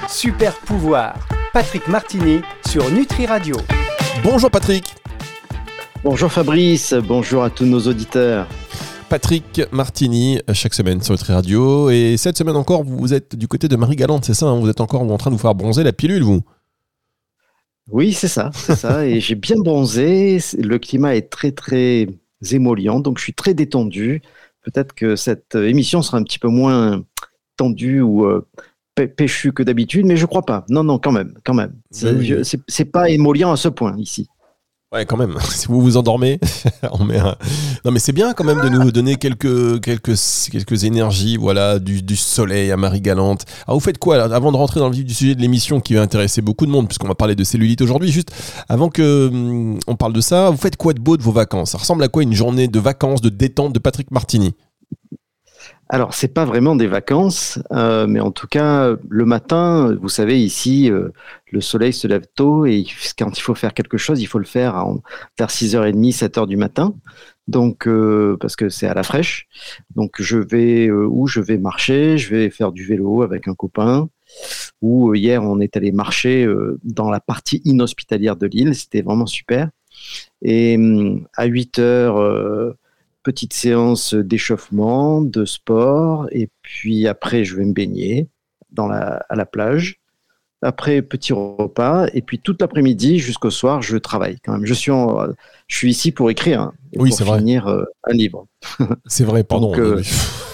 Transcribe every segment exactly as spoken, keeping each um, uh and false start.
Super pouvoir, Patrick Martini sur Nutri Radio. Bonjour Patrick. Bonjour Fabrice, bonjour à tous nos auditeurs. Patrick Martini, chaque semaine sur Nutri Radio. Et cette semaine encore, vous êtes du côté de Marie-Galante, c'est ça hein? Vous êtes encore en train de vous faire bronzer la pilule, vous? Oui, c'est ça, c'est ça. Et j'ai bien bronzé. Le climat est très, très émollient, donc je suis très détendu. Peut-être que cette émission sera un petit peu moins tendue ou euh, pê- péchue que d'habitude, mais je crois pas. Non, non, quand même, quand même. C'est, Oui. je, c'est, c'est pas émollient à ce point ici. Ouais, quand même. Si vous vous endormez, on met un... Non, mais c'est bien quand même de nous donner quelques quelques quelques énergies, voilà, du, du soleil à Marie-Galante. Alors, vous faites quoi là, avant de rentrer dans le vif du sujet de l'émission qui va intéresser beaucoup de monde, puisqu'on va parler de cellulite aujourd'hui. Juste avant que hum, on parle de ça, vous faites quoi de beau de vos vacances? Ça ressemble à quoi une journée de vacances, de détente de Patrick Martini? Alors, c'est pas vraiment des vacances, euh, mais en tout cas, le matin, vous savez, ici, euh, le soleil se lève tôt et quand il faut faire quelque chose, il faut le faire à, vers six heures trente, sept heures du matin. Donc, euh, parce que c'est à la fraîche. Donc, je vais euh, où je vais marcher, je vais faire du vélo avec un copain. Ou euh, hier, on est allé marcher euh, dans la partie inhospitalière de l'île. C'était vraiment super. Et euh, à huit heures, euh, petite séance d'échauffement, de sport. Et puis après, je vais me baigner dans la, à la plage. Après, petit repas, et puis toute l'après-midi jusqu'au soir, je travaille quand même. Je suis, en, je suis ici pour écrire hein, et Oui, pour c'est vrai. finir euh, un livre. C'est vrai, pardon. Donc, euh,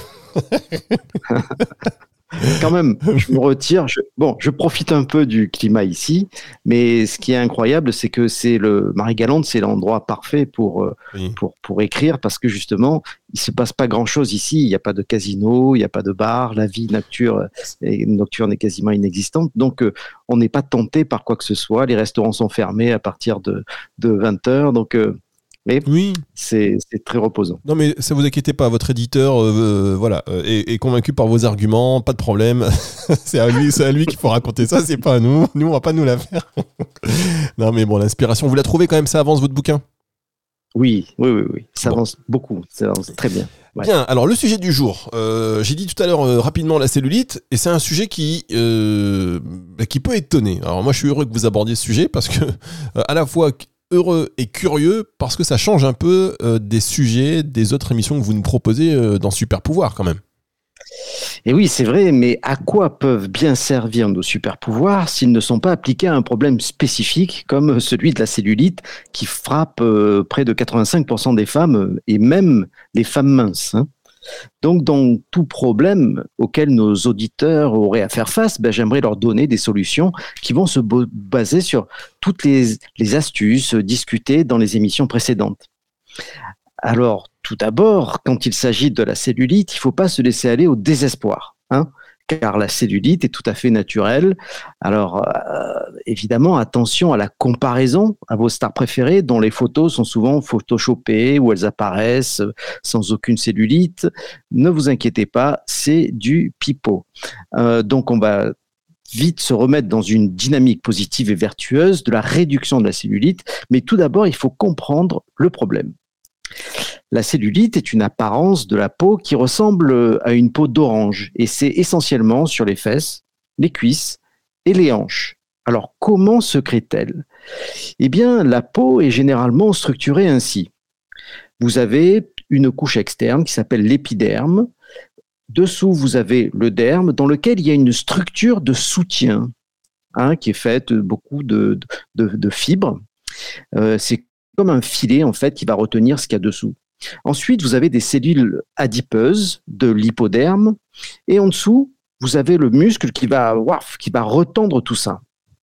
quand même, je me retire. Je, bon, je profite un peu du climat ici, mais ce qui est incroyable, c'est que c'est le Marie-Galante, c'est l'endroit parfait pour, euh, Oui. pour, pour écrire parce que justement, il se passe pas grand-chose ici. Il n'y a pas de casino, il n'y a pas de bar. La vie nocturne, est, nocturne est quasiment inexistante. Donc, euh, on n'est pas tenté par quoi que ce soit. Les restaurants sont fermés à partir de, de vingt heures. Donc, euh, mais Oui. c'est, c'est très reposant. Non mais ça vous inquiétez pas, votre éditeur euh, voilà, euh, est, est convaincu par vos arguments, pas de problème. c'est à lui, c'est à lui qu'il faut raconter ça, c'est pas à nous. Nous on va pas nous la faire. Non mais bon, l'inspiration, vous la trouvez quand même, ça avance votre bouquin? Oui, oui, oui, oui. Ça Bon. avance beaucoup, ça avance très bien. Ouais. Bien, alors le sujet du jour, euh, j'ai dit tout à l'heure euh, rapidement la cellulite, et c'est un sujet qui euh, bah, qui peut étonner. Alors moi je suis heureux que vous abordiez ce sujet parce que euh, à la fois heureux et curieux parce que ça change un peu euh, des sujets des autres émissions que vous nous proposez euh, dans Super Pouvoir quand même. Et oui, c'est vrai, mais à quoi peuvent bien servir nos super pouvoirs s'ils ne sont pas appliqués à un problème spécifique comme celui de la cellulite qui frappe euh, près de quatre-vingt-cinq pour cent des femmes et même les femmes minces, hein. Donc, dans tout problème auquel nos auditeurs auraient à faire face, ben, j'aimerais leur donner des solutions qui vont se bo- baser sur toutes les, les astuces discutées dans les émissions précédentes. Alors, tout d'abord, quand il s'agit de la cellulite, il ne faut pas se laisser aller au désespoir, hein, car la cellulite est tout à fait naturelle. Alors, euh, évidemment, attention à la comparaison à vos stars préférées, dont les photos sont souvent photoshopées ou elles apparaissent sans aucune cellulite. Ne vous inquiétez pas, c'est du pipeau. Euh, donc, on va vite se remettre dans une dynamique positive et vertueuse de la réduction de la cellulite. Mais tout d'abord, il faut comprendre le problème. La cellulite est une apparence de la peau qui ressemble à une peau d'orange et c'est essentiellement sur les fesses, les cuisses et les hanches. Alors, comment se crée-t-elle? Eh bien, la peau est généralement structurée ainsi. Vous avez une couche externe qui s'appelle l'épiderme. Dessous, vous avez le derme dans lequel il y a une structure de soutien hein, qui est faite de beaucoup de, de, de fibres. Euh, c'est comme un filet en fait qui va retenir ce qu'il y a dessous. Ensuite, vous avez des cellules adipeuses de l'hypoderme et en dessous, vous avez le muscle qui va, waf, qui va retendre tout ça.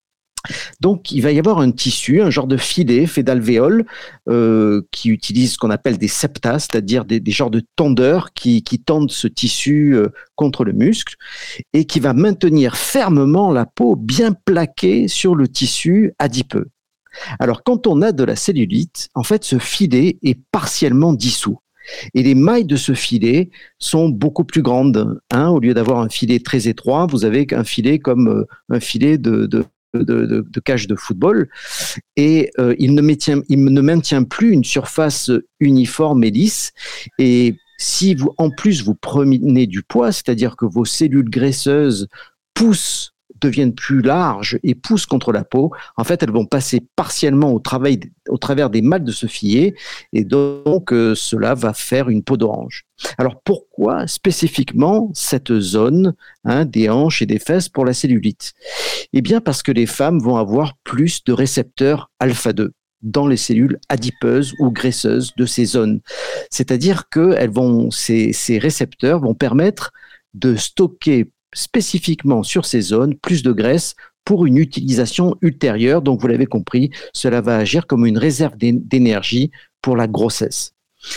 Donc, il va y avoir un tissu, un genre de filet fait d'alvéoles euh, qui utilise ce qu'on appelle des septa, c'est-à-dire des, des genres de tendeurs qui, qui tendent ce tissu euh, contre le muscle et qui va maintenir fermement la peau bien plaquée sur le tissu adipeux. Alors, quand on a de la cellulite, en fait, ce filet est partiellement dissous. Et les mailles de ce filet sont beaucoup plus grandes. Hein. Au lieu d'avoir un filet très étroit, vous avez un filet comme euh, un filet de, de, de, de, de cage de football. Et euh, il, ne maintient, il ne maintient plus une surface uniforme et lisse. Et si vous, en plus, vous prenez du poids, c'est-à-dire que vos cellules graisseuses poussent deviennent plus larges et poussent contre la peau, en fait, elles vont passer partiellement au, travail, au travers des malles de ce filet, et donc euh, cela va faire une peau d'orange. Alors pourquoi spécifiquement cette zone hein, des hanches et des fesses pour la cellulite? Eh bien parce que les femmes vont avoir plus de récepteurs alpha deux dans les cellules adipeuses ou graisseuses de ces zones. C'est-à-dire que elles vont, ces, ces récepteurs vont permettre de stocker spécifiquement sur ces zones plus de graisse pour une utilisation ultérieure. Donc vous l'avez compris, cela va agir comme une réserve d'énergie pour la grossesse.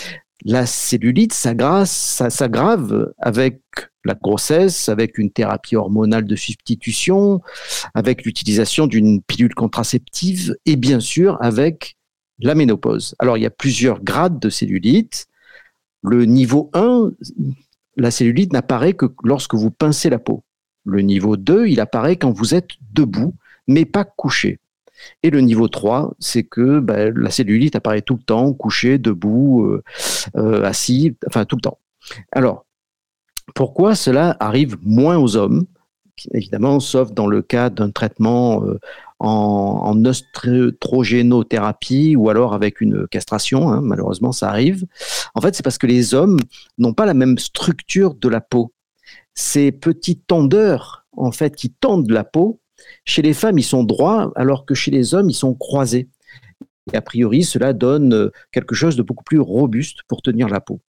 La cellulite s'aggrave, ça s'aggrave avec la grossesse, avec une thérapie hormonale de substitution, avec l'utilisation d'une pilule contraceptive et bien sûr avec la ménopause. Alors il y a plusieurs grades de cellulite. Le niveau un, la cellulite n'apparaît que lorsque vous pincez la peau. Le niveau deux, il apparaît quand vous êtes debout, mais pas couché. Et le niveau trois, c'est que ben, la cellulite apparaît tout le temps, couché, debout, euh, euh, assis, enfin tout le temps. Alors, pourquoi cela arrive moins aux hommes? Évidemment, sauf dans le cas d'un traitement euh, en, en oestrogénothérapie ou alors avec une castration, hein, malheureusement ça arrive. En fait, c'est parce que les hommes n'ont pas la même structure de la peau. Ces petits tendeurs, en fait, qui tendent la peau, chez les femmes, ils sont droits, alors que chez les hommes, ils sont croisés. Et a priori, cela donne quelque chose de beaucoup plus robuste pour tenir la peau.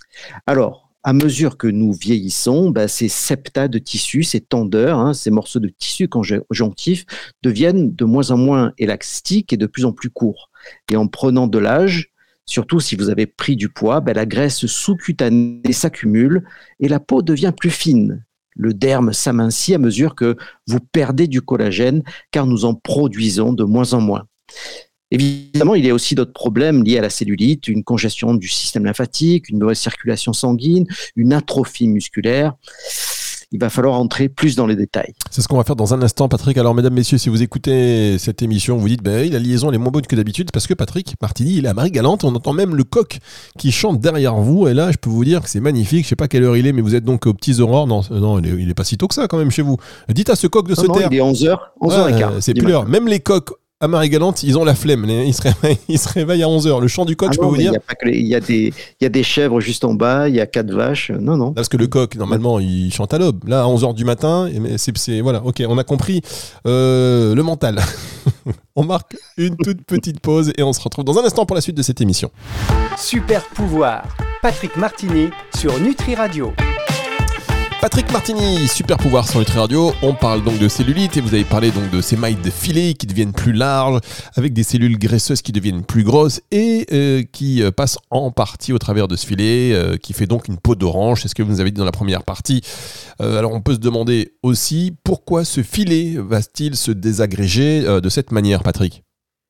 Alors, à mesure que nous vieillissons, bah, ces septa de tissu, ces tendeurs, hein, ces morceaux de tissu conjonctifs deviennent de moins en moins élastiques et de plus en plus courts. Et en prenant de l'âge, surtout si vous avez pris du poids, bah, la graisse sous-cutanée s'accumule et la peau devient plus fine. Le derme s'amincit à mesure que vous perdez du collagène, car nous en produisons de moins en moins. Évidemment, il y a aussi d'autres problèmes liés à la cellulite, une congestion du système lymphatique, une mauvaise circulation sanguine, une atrophie musculaire. Il va falloir entrer plus dans les détails. C'est ce qu'on va faire dans un instant, Patrick. Alors, mesdames, messieurs, si vous écoutez cette émission, vous dites, ben, la liaison elle est moins bonne que d'habitude parce que Patrick Martini, il est à Marie-Galante. On entend même le coq qui chante derrière vous. Et là, je peux vous dire que c'est magnifique. Je sais pas quelle heure il est, mais vous êtes donc aux petits aurores. Non, non, il est, il est pas si tôt que ça quand même chez vous. Dites à ce coq de non, se non, taire. Il est onze heures, onze heures quinze. C'est plus l'heure. Même les coqs à Marie-Galante, ils ont la flemme. Ils se réveillent, ils se réveillent à onze heures. Le chant du coq, ah je non, peux vous dire. Il y a pas que les, il y a des, il y a des chèvres juste en bas, il y a quatre vaches. Non, non. Parce que le coq, normalement, il chante à l'aube. Là, à onze heures du matin, c'est, c'est, voilà, ok, on a compris euh, le mental. On marque une toute petite pause et on se retrouve dans un instant pour la suite de cette émission. Super pouvoir, Patrick Martini sur Nutri Radio. Patrick Martini, super pouvoir sur Nutri Radio. On parle donc de cellulite et vous avez parlé donc de ces mailles de filet qui deviennent plus larges, avec des cellules graisseuses qui deviennent plus grosses et euh, qui euh, passent en partie au travers de ce filet, euh, qui fait donc une peau d'orange. C'est ce que vous nous avez dit dans la première partie. Euh, alors on peut se demander aussi pourquoi ce filet va-t-il se désagréger euh, de cette manière, Patrick?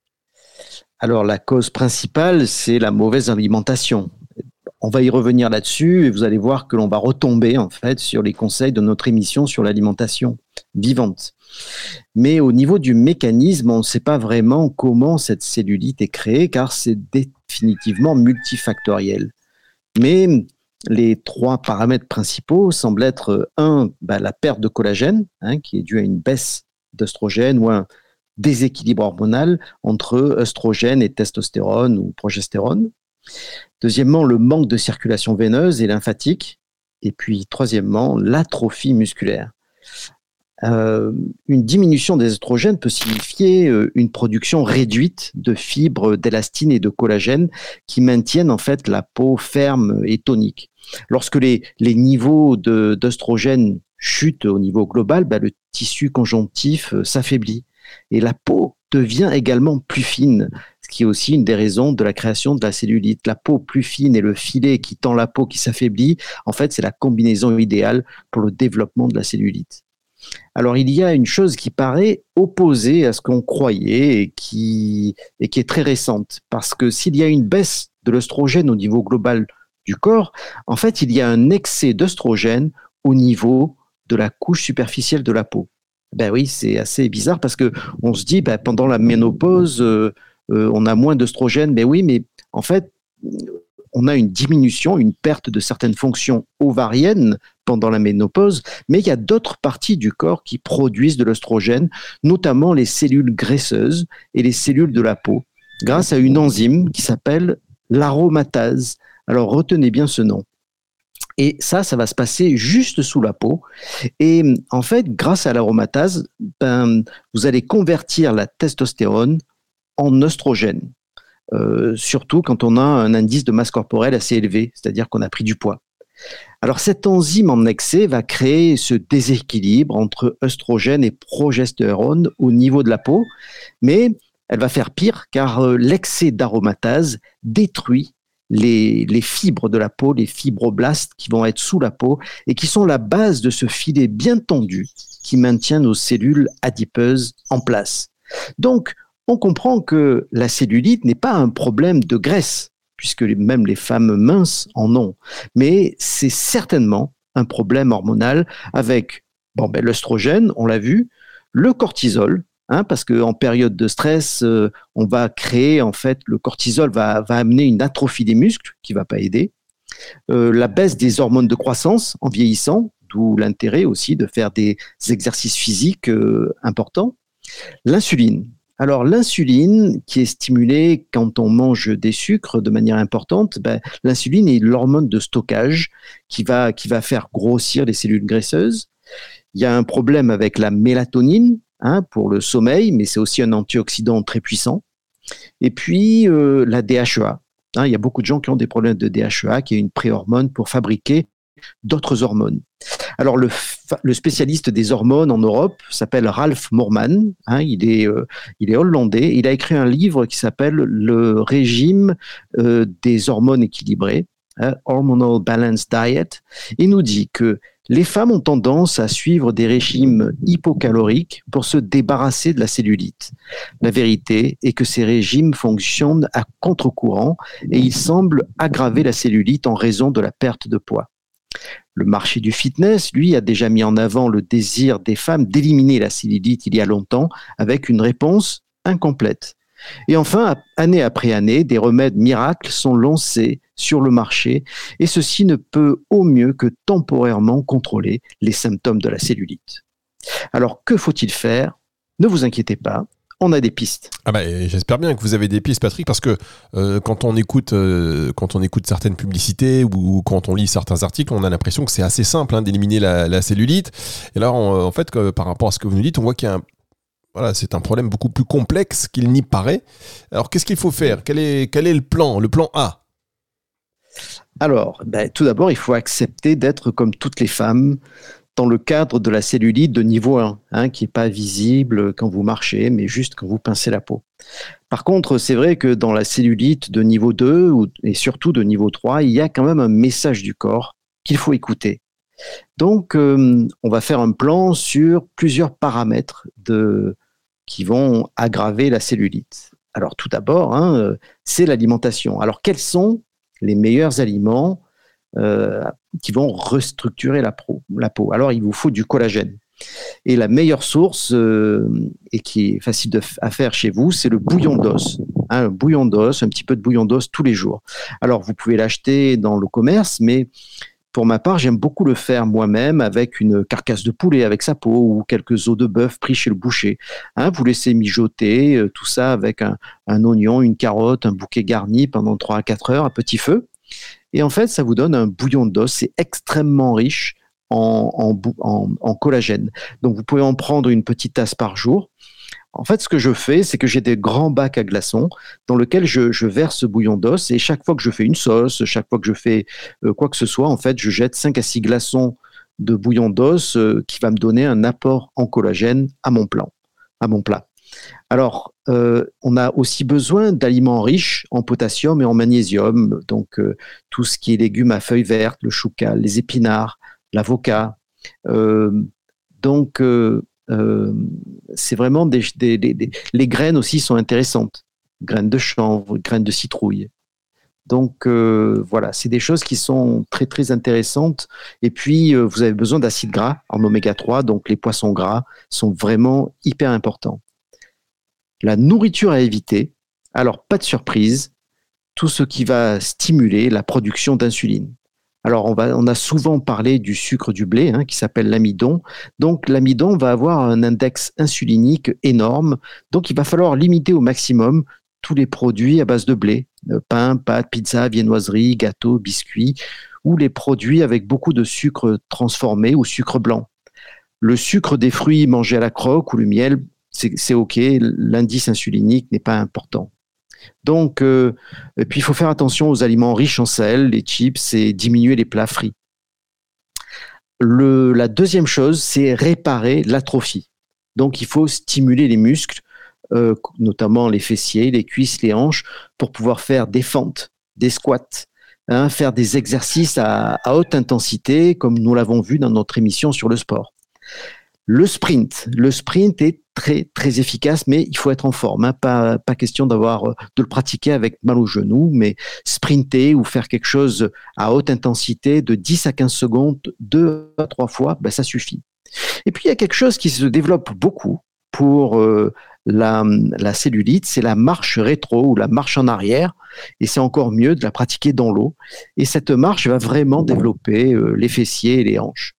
Alors la cause principale, c'est la mauvaise alimentation. On va y revenir là-dessus et vous allez voir que l'on va retomber en fait sur les conseils de notre émission sur l'alimentation vivante. Mais au niveau du mécanisme, on ne sait pas vraiment comment cette cellulite est créée car c'est définitivement multifactoriel. Mais les trois paramètres principaux semblent être un, bah, la perte de collagène hein, qui est due à une baisse d'œstrogène ou un déséquilibre hormonal entre œstrogène et testostérone ou progestérone. Deuxièmement, le manque de circulation veineuse et lymphatique. Et puis, troisièmement, l'atrophie musculaire. Euh, une diminution des œstrogènes peut signifier euh, une production réduite de fibres d'élastine et de collagène qui maintiennent en fait la peau ferme et tonique. Lorsque les, les niveaux de, d'œstrogène chutent au niveau global, bah, le tissu conjonctif euh, s'affaiblit et la peau devient également plus fine, ce qui est aussi une des raisons de la création de la cellulite. La peau plus fine et le filet qui tend la peau qui s'affaiblit, en fait, c'est la combinaison idéale pour le développement de la cellulite. Alors, il y a une chose qui paraît opposée à ce qu'on croyait et qui, et qui est très récente, parce que s'il y a une baisse de l'œstrogène au niveau global du corps, en fait, il y a un excès d'œstrogène au niveau de la couche superficielle de la peau. Ben oui, c'est assez bizarre parce que on se dit, ben, pendant la ménopause, euh, euh, on a moins d'œstrogène. Ben oui, mais en fait, on a une diminution, une perte de certaines fonctions ovariennes pendant la ménopause, mais il y a d'autres parties du corps qui produisent de l'œstrogène, notamment les cellules graisseuses et les cellules de la peau, grâce à une enzyme qui s'appelle l'aromatase. Alors retenez bien ce nom. Et ça, ça va se passer juste sous la peau. Et en fait, grâce à l'aromatase, ben, vous allez convertir la testostérone en œstrogène. Euh, surtout quand on a un indice de masse corporelle assez élevé, c'est-à-dire qu'on a pris du poids. Alors cette enzyme en excès va créer ce déséquilibre entre œstrogène et progestérone au niveau de la peau, mais elle va faire pire car euh, l'excès d'aromatase détruit les, les fibres de la peau, les fibroblastes qui vont être sous la peau et qui sont la base de ce filet bien tendu qui maintient nos cellules adipeuses en place. Donc, on comprend que la cellulite n'est pas un problème de graisse, puisque même les femmes minces en ont, mais c'est certainement un problème hormonal avec bon, ben, l'œstrogène, on l'a vu, le cortisol, hein, parce qu'en période de stress, euh, on va créer, en fait, le cortisol va, va amener une atrophie des muscles qui ne va pas aider, euh, la baisse des hormones de croissance en vieillissant, d'où l'intérêt aussi de faire des exercices physiques euh, importants, l'insuline. Alors l'insuline qui est stimulée quand on mange des sucres de manière importante, ben, l'insuline est l'hormone de stockage qui va, qui va faire grossir les cellules graisseuses. Il y a un problème avec la mélatonine hein, pour le sommeil, mais c'est aussi un antioxydant très puissant. Et puis euh, la D H E A. Hein, il y a beaucoup de gens qui ont des problèmes de D H E A, qui est une préhormone pour fabriquer d'autres hormones. Alors, le, le spécialiste des hormones en Europe s'appelle Ralph Moorman, hein, il, est, euh, il est hollandais, il a écrit un livre qui s'appelle Le régime euh, des hormones équilibrées, hein, Hormonal Balanced Diet. Il nous dit que les femmes ont tendance à suivre des régimes hypocaloriques pour se débarrasser de la cellulite. La vérité est que ces régimes fonctionnent à contre-courant et ils semblent aggraver la cellulite en raison de la perte de poids. Le marché du fitness, lui, a déjà mis en avant le désir des femmes d'éliminer la cellulite il y a longtemps avec une réponse incomplète. Et enfin, année après année, des remèdes miracles sont lancés sur le marché et ceci ne peut au mieux que temporairement contrôler les symptômes de la cellulite. Alors, que faut-il faire ? Ne vous inquiétez pas. On a des pistes. Ah bah, j'espère bien que vous avez des pistes, Patrick, parce que euh, quand on écoute, euh, quand on écoute certaines publicités ou quand on lit certains articles, on a l'impression que c'est assez simple hein, d'éliminer la, la cellulite. Et là, on, en fait, que, par rapport à ce que vous nous dites, on voit qu'il y a un, voilà, c'est un problème beaucoup plus complexe qu'il n'y paraît. Alors, qu'est-ce qu'il faut faire ? Quel est, quel est le plan ? Le plan A ? Alors, ben, tout d'abord, il faut accepter d'être comme toutes les femmes, dans le cadre de la cellulite de niveau un, hein, qui n'est pas visible quand vous marchez, mais juste quand vous pincez la peau. Par contre, c'est vrai que dans la cellulite de niveau deux, ou, et surtout de niveau trois, il y a quand même un message du corps qu'il faut écouter. Donc, euh, on va faire un plan sur plusieurs paramètres de, qui vont aggraver la cellulite. Alors, tout d'abord, hein, c'est l'alimentation. Alors, quels sont les meilleurs aliments Euh, qui vont restructurer la, pro, la peau. Alors, il vous faut du collagène. Et la meilleure source, euh, et qui est facile de, à faire chez vous, c'est le bouillon d'os. Hein, un bouillon d'os, un petit peu de bouillon d'os tous les jours. Alors, vous pouvez l'acheter dans le commerce, mais pour ma part, j'aime beaucoup le faire moi-même avec une carcasse de poulet avec sa peau ou quelques os de bœuf pris chez le boucher. Hein, vous laissez mijoter euh, tout ça avec un, un oignon, une carotte, un bouquet garni pendant trois à quatre heures à petit feu. Et en fait, ça vous donne un bouillon d'os. C'est extrêmement riche en, en, en, en collagène. Donc, vous pouvez en prendre une petite tasse par jour. En fait, ce que je fais, c'est que j'ai des grands bacs à glaçons dans lesquels je, je verse ce bouillon d'os. Et chaque fois que je fais une sauce, chaque fois que je fais euh, quoi que ce soit, en fait, je jette cinq à six glaçons de bouillon d'os euh, qui va me donner un apport en collagène à mon plan, à mon plat. Alors, euh, on a aussi besoin d'aliments riches en potassium et en magnésium, donc euh, tout ce qui est légumes à feuilles vertes, le choucal, les épinards, l'avocat. Euh, donc, euh, euh, c'est vraiment des, des, des, des... Les graines aussi sont intéressantes. Graines de chanvre, graines de citrouille. Donc, euh, voilà, c'est des choses qui sont très, très intéressantes. Et puis, euh, vous avez besoin d'acides gras en oméga trois, donc les poissons gras sont vraiment hyper importants. La nourriture à éviter, alors pas de surprise, tout ce qui va stimuler la production d'insuline. Alors, on, va, on a souvent parlé du sucre du blé, hein, qui s'appelle l'amidon. Donc, l'amidon va avoir un index insulinique énorme. Donc, il va falloir limiter au maximum tous les produits à base de blé. Pain, pâtes, pizza, viennoiserie, gâteaux, biscuits, ou les produits avec beaucoup de sucre transformé ou sucre blanc. Le sucre des fruits mangés à la croque ou le miel, c'est, c'est OK. L'indice insulinique n'est pas important. Donc, euh, et puis il faut faire attention aux aliments riches en sel, les chips, et diminuer les plats frits. Le, la deuxième chose, c'est réparer l'atrophie. Donc, il faut stimuler les muscles, euh, notamment les fessiers, les cuisses, les hanches, pour pouvoir faire des fentes, des squats, hein, faire des exercices à, à haute intensité, comme nous l'avons vu dans notre émission sur le sport. Le sprint, le sprint est très très efficace, mais il faut être en forme. Hein. Pas pas question d'avoir de le pratiquer avec mal au genou, mais sprinter ou faire quelque chose à haute intensité de dix à quinze secondes, deux à trois fois, ben ça suffit. Et puis il y a quelque chose qui se développe beaucoup pour euh, la la cellulite, c'est la marche rétro ou la marche en arrière, et c'est encore mieux de la pratiquer dans l'eau. Et cette marche va vraiment développer euh, les fessiers et les hanches.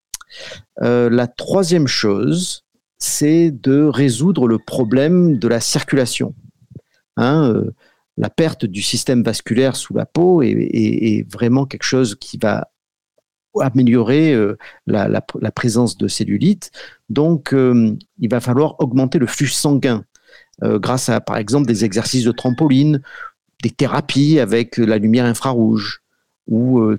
Euh, la troisième chose, c'est de résoudre le problème de la circulation. Hein, euh, la perte du système vasculaire sous la peau est, est, est vraiment quelque chose qui va améliorer euh, la, la, la présence de cellulite. Donc, euh, il va falloir augmenter le flux sanguin euh, grâce à, par exemple, des exercices de trampoline, des thérapies avec la lumière infrarouge ou, euh,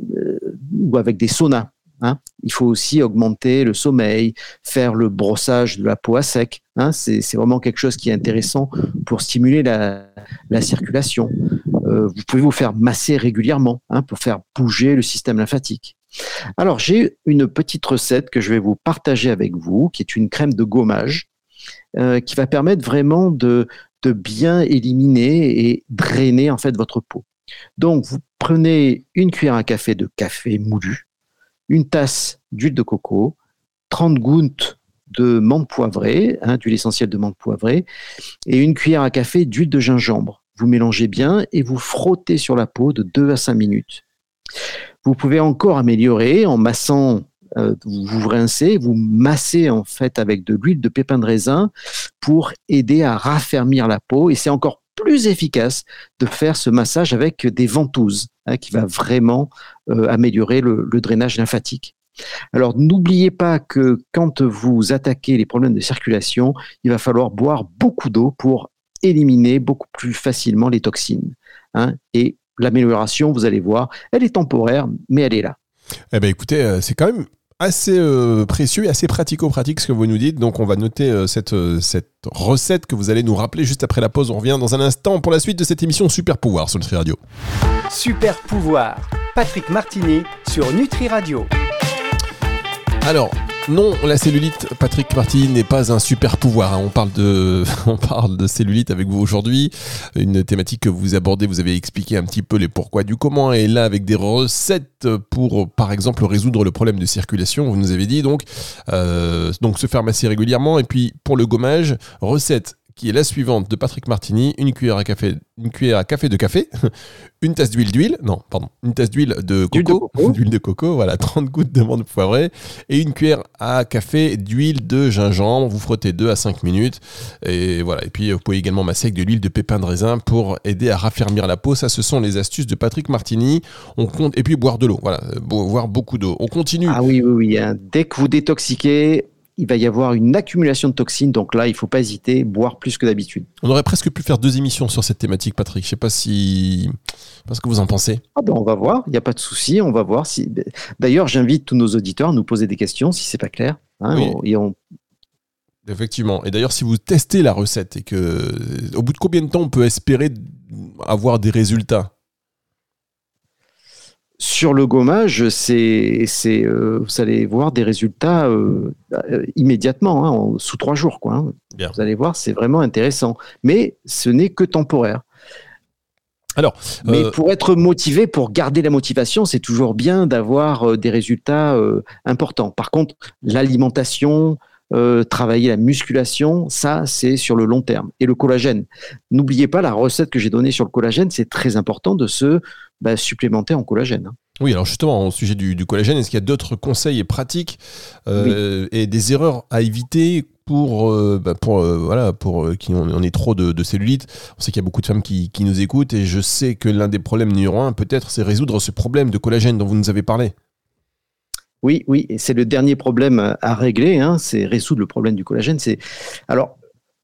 ou avec des saunas. Hein, il faut aussi augmenter le sommeil, faire le brossage de la peau à sec. Hein, c'est, c'est vraiment quelque chose qui est intéressant pour stimuler la, la circulation. Euh, vous pouvez vous faire masser régulièrement, hein, pour faire bouger le système lymphatique. Alors, j'ai une petite recette que je vais vous partager avec vous, qui est une crème de gommage, euh, qui va permettre vraiment de, de bien éliminer et drainer en fait votre peau. Donc, vous prenez une cuillère à café de café moulu, une tasse d'huile de coco, trente gouttes de menthe poivrée, hein, d'huile essentielle de menthe poivrée, et une cuillère à café d'huile de gingembre. Vous mélangez bien et vous frottez sur la peau de deux à cinq minutes. Vous pouvez encore améliorer en massant, euh, vous vous rincez, vous massez en fait avec de l'huile de pépin de raisin pour aider à raffermir la peau, et c'est encore plus efficace de faire ce massage avec des ventouses, hein, qui va vraiment euh, améliorer le, le drainage lymphatique. Alors, n'oubliez pas que quand vous attaquez les problèmes de circulation, il va falloir boire beaucoup d'eau pour éliminer beaucoup plus facilement les toxines. Hein, et l'amélioration, vous allez voir, elle est temporaire, mais elle est là. Eh bien, écoutez, c'est quand même assez euh, précieux et assez pratico-pratique ce que vous nous dites. Donc, on va noter euh, cette, euh, cette recette que vous allez nous rappeler juste après la pause. On revient dans un instant pour la suite de cette émission Super Pouvoir sur Nutri Radio. Super Pouvoir, Patrick Martini sur Nutri Radio. Alors, non, la cellulite, Patrick Martini, n'est pas un super pouvoir. On parle de, on parle de cellulite avec vous aujourd'hui. Une thématique que vous abordez, vous avez expliqué un petit peu les pourquoi du comment. Et là, avec des recettes pour, par exemple, résoudre le problème de circulation, vous nous avez dit donc, euh, donc se faire masser régulièrement. Et puis, pour le gommage, recette qui est la suivante de Patrick Martini, une cuillère à café, une cuillère à café de café, une tasse d'huile d'huile, non, pardon, une tasse d'huile de coco, d'huile de coco, d'huile de coco, voilà, trente gouttes de menthe poivrée, et une cuillère à café d'huile de gingembre. Vous frottez deux à cinq minutes, et voilà. Et puis, vous pouvez également masser avec de l'huile de pépin de raisin pour aider à raffermir la peau. Ça, ce sont les astuces de Patrick Martini. On compte, et puis boire de l'eau, voilà, boire beaucoup d'eau. On continue. Ah oui, oui, oui, hein. Dès que vous détoxiquez, il va y avoir une accumulation de toxines, donc là, il ne faut pas hésiter, boire plus que d'habitude. On aurait presque pu faire deux émissions sur cette thématique, Patrick. Je ne sais pas si... Parce que vous en pensez. Ah ben on va voir, il n'y a pas de souci, on va voir. Si... D'ailleurs, j'invite tous nos auditeurs à nous poser des questions, si ce n'est pas clair. Hein, oui. on... Effectivement. Et d'ailleurs, si vous testez la recette, et que, au bout de combien de temps on peut espérer avoir des résultats ? Sur le gommage, c'est, c'est, euh, vous allez voir des résultats euh, euh, immédiatement, hein, en, sous trois jours. Quoi, hein. Vous allez voir, c'est vraiment intéressant. Mais ce n'est que temporaire. Alors, Mais euh... pour être motivé, pour garder la motivation, c'est toujours bien d'avoir euh, des résultats euh, importants. Par contre, l'alimentation, euh, travailler la musculation, ça, c'est sur le long terme. Et le collagène. N'oubliez pas la recette que j'ai donnée sur le collagène, c'est très important de se bah, supplémenter en collagène. Hein. Oui, alors justement, au sujet du, du collagène, est-ce qu'il y a d'autres conseils et pratiques euh, oui. et des erreurs à éviter pour, euh, bah pour, euh, voilà, pour euh, qui on, on ait trop de, de cellulite? On sait qu'il y a beaucoup de femmes qui, qui nous écoutent et je sais que l'un des problèmes numéro un, peut-être, c'est résoudre ce problème de collagène dont vous nous avez parlé. Oui, oui, et c'est le dernier problème à régler, hein, c'est résoudre le problème du collagène. C'est... Alors,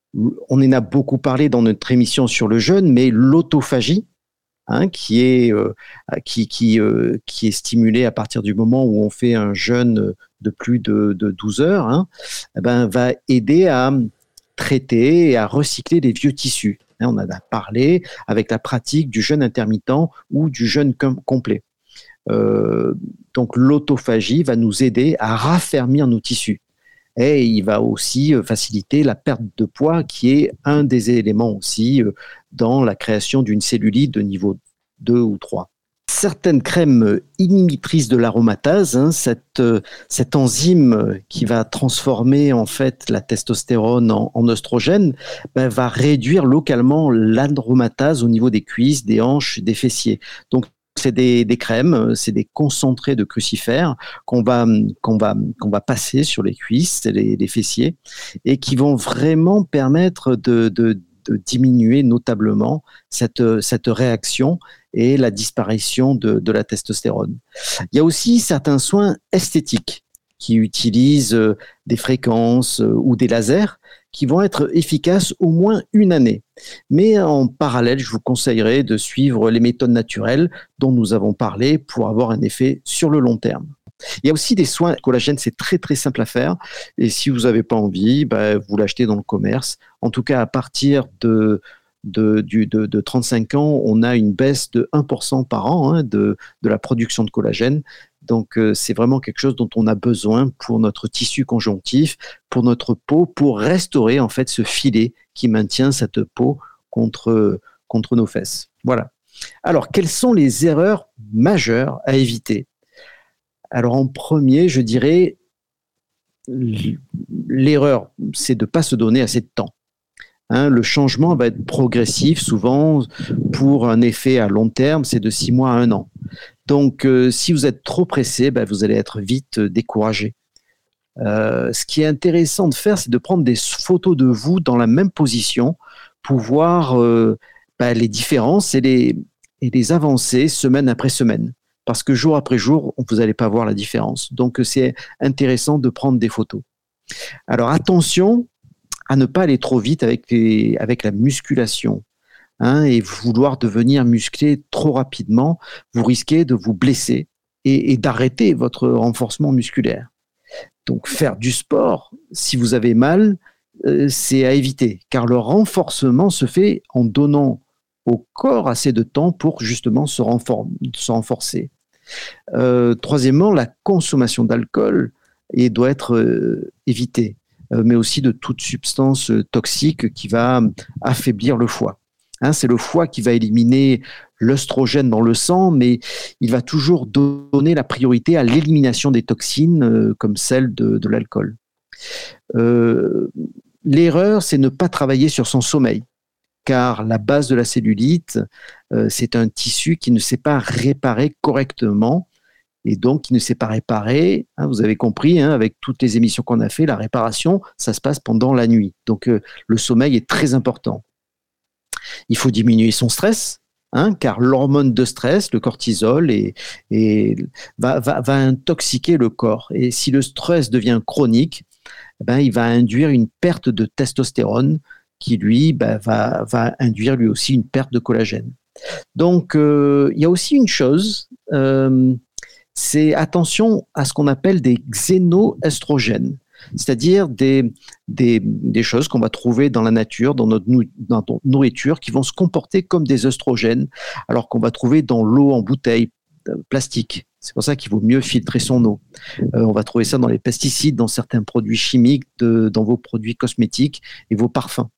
on en a beaucoup parlé dans notre émission sur le jeûne, mais l'autophagie, Hein, qui est euh, qui qui euh, qui est stimulé à partir du moment où on fait un jeûne de plus de, de douze heures, hein, eh ben, va aider à traiter et à recycler les vieux tissus. Hein, on en a parlé avec la pratique du jeûne intermittent ou du jeûne com- complet. Euh, donc l'autophagie va nous aider à raffermir nos tissus. Et il va aussi faciliter la perte de poids, qui est un des éléments aussi dans la création d'une cellulite de niveau deux ou trois. Certaines crèmes inhibitrices de l'aromatase, hein, cette, cette enzyme qui va transformer en fait la testostérone en, en oestrogène, ben, va réduire localement l'aromatase au niveau des cuisses, des hanches, des fessiers. Donc c'est des, des crèmes, c'est des concentrés de crucifères qu'on va, qu'on va, qu'on va passer sur les cuisses, les, les fessiers, et qui vont vraiment permettre de, de, de diminuer notablement cette, cette réaction et la disparition de, de la testostérone. Il y a aussi certains soins esthétiques qui utilisent des fréquences ou des lasers qui vont être efficaces au moins une année. Mais en parallèle, je vous conseillerais de suivre les méthodes naturelles dont nous avons parlé pour avoir un effet sur le long terme. Il y a aussi des soins collagène, c'est très très simple à faire. Et si vous n'avez pas envie, bah, vous l'achetez dans le commerce. En tout cas, à partir de, de, du, de, de trente-cinq ans, on a une baisse de un pour cent par an hein, de, de la production de collagène. Donc, euh, c'est vraiment quelque chose dont on a besoin pour notre tissu conjonctif, pour notre peau, pour restaurer en fait ce filet qui maintient cette peau contre, contre nos fesses. Voilà. Alors, quelles sont les erreurs majeures à éviter? Alors, en premier, je dirais, l'erreur, c'est de ne pas se donner assez de temps. Hein, le changement va être progressif, souvent, pour un effet à long terme, c'est de six mois à un an. Donc, euh, si vous êtes trop pressé, ben, vous allez être vite euh, découragé. Euh, ce qui est intéressant de faire, c'est de prendre des photos de vous dans la même position pour voir euh, ben, les différences et les, et les avancées semaine après semaine. Parce que jour après jour, vous n'allez pas voir la différence. Donc, c'est intéressant de prendre des photos. Alors, attention à ne pas aller trop vite avec, les, avec la musculation. Hein, et vouloir devenir musclé trop rapidement, vous risquez de vous blesser et, et d'arrêter votre renforcement musculaire. Donc, faire du sport, si vous avez mal, euh, c'est à éviter, car le renforcement se fait en donnant au corps assez de temps pour justement se, renfor- se renforcer. Euh, troisièmement, la consommation d'alcool et doit être euh, évitée, euh, mais aussi de toute substance toxique qui va affaiblir le foie. Hein, c'est le foie qui va éliminer l'œstrogène dans le sang, mais il va toujours donner la priorité à l'élimination des toxines, euh, comme celle de, de l'alcool. Euh, l'erreur, c'est ne pas travailler sur son sommeil, car la base de la cellulite, euh, c'est un tissu qui ne sait pas réparer correctement, et donc qui ne sait pas réparer. Hein, vous avez compris, hein, avec toutes les émissions qu'on a fait, la réparation, ça se passe pendant la nuit. Donc, euh, le sommeil est très important. Il faut diminuer son stress, hein, car l'hormone de stress, le cortisol, est, est, va, va, va intoxiquer le corps. Et si le stress devient chronique, ben, il va induire une perte de testostérone qui, lui, ben, va, va induire lui aussi une perte de collagène. Donc, euh, il y a aussi une chose, euh, c'est attention à ce qu'on appelle des xénoestrogènes. C'est-à-dire des, des, des choses qu'on va trouver dans la nature, dans notre, dans notre nourriture, qui vont se comporter comme des œstrogènes, alors qu'on va trouver dans l'eau en bouteille plastique. C'est pour ça qu'il vaut mieux filtrer son eau. Euh, on va trouver ça dans les pesticides, dans certains produits chimiques, de, dans vos produits cosmétiques et vos parfums.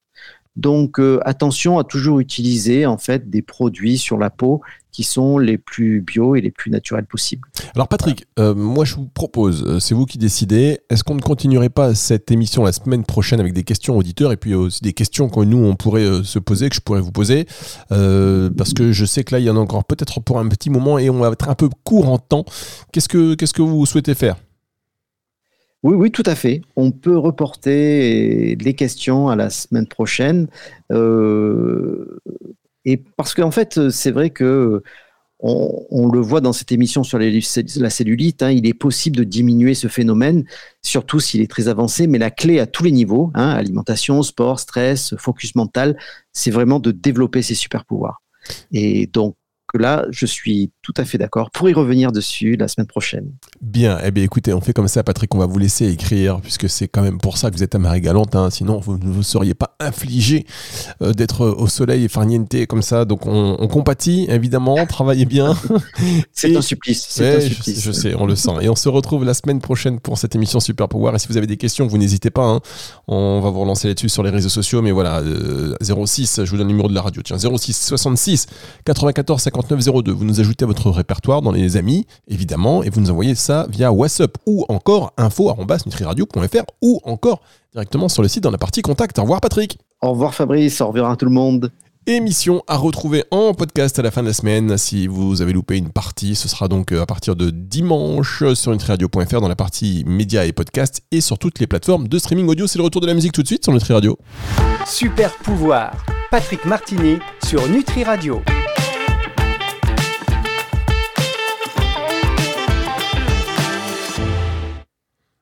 Donc euh, attention à toujours utiliser en fait des produits sur la peau qui sont les plus bio et les plus naturels possibles. Alors Patrick, euh, moi je vous propose, euh, c'est vous qui décidez, est-ce qu'on ne continuerait pas cette émission la semaine prochaine avec des questions auditeurs et puis aussi des questions que nous on pourrait euh, se poser, que je pourrais vous poser, euh, parce que je sais que là il y en a encore peut-être pour un petit moment et on va être un peu court en temps. Qu'est-ce que, qu'est-ce que vous souhaitez faire ? Oui, oui, tout à fait. On peut reporter les questions à la semaine prochaine. Euh, et parce qu'en fait, c'est vrai que on, on le voit dans cette émission sur les, la cellulite, hein, il est possible de diminuer ce phénomène, surtout s'il est très avancé. Mais la clé à tous les niveaux, hein, alimentation, sport, stress, focus mental, c'est vraiment de développer ses super pouvoirs. Et donc, que là, je suis tout à fait d'accord pour y revenir dessus la semaine prochaine. Bien, eh bien écoutez, on fait comme ça Patrick, on va vous laisser écrire puisque c'est quand même pour ça que vous êtes à Marie-Galante, hein, sinon vous ne vous seriez pas infligé euh, d'être au soleil et farniente comme ça, donc on, on compatit évidemment, travaillez bien. C'est et... un supplice, c'est ouais, un supplice. Je, je sais, on le sent. Et on se retrouve la semaine prochaine pour cette émission Super Pouvoir, et si vous avez des questions, vous n'hésitez pas, hein, on va vous relancer là-dessus sur les réseaux sociaux, mais voilà, euh, zéro six, je vous donne le numéro de la radio, tiens, zéro six soixante-six quatre-vingt-quatorze cinquante-neuf zéro deux, vous nous ajoutez à votre répertoire dans les amis, évidemment, et vous nous envoyez ça via WhatsApp ou encore info arobase nutriradio point f r ou encore directement sur le site dans la partie contact. Au revoir Patrick. Au revoir Fabrice, au revoir à tout le monde. Émission à retrouver en podcast à la fin de la semaine. Si vous avez loupé une partie, ce sera donc à partir de dimanche sur nutriradio point f r dans la partie médias et podcasts et sur toutes les plateformes de streaming audio. C'est le retour de la musique tout de suite sur Nutri Radio. Super pouvoir, Patrick Martini sur Nutri Radio.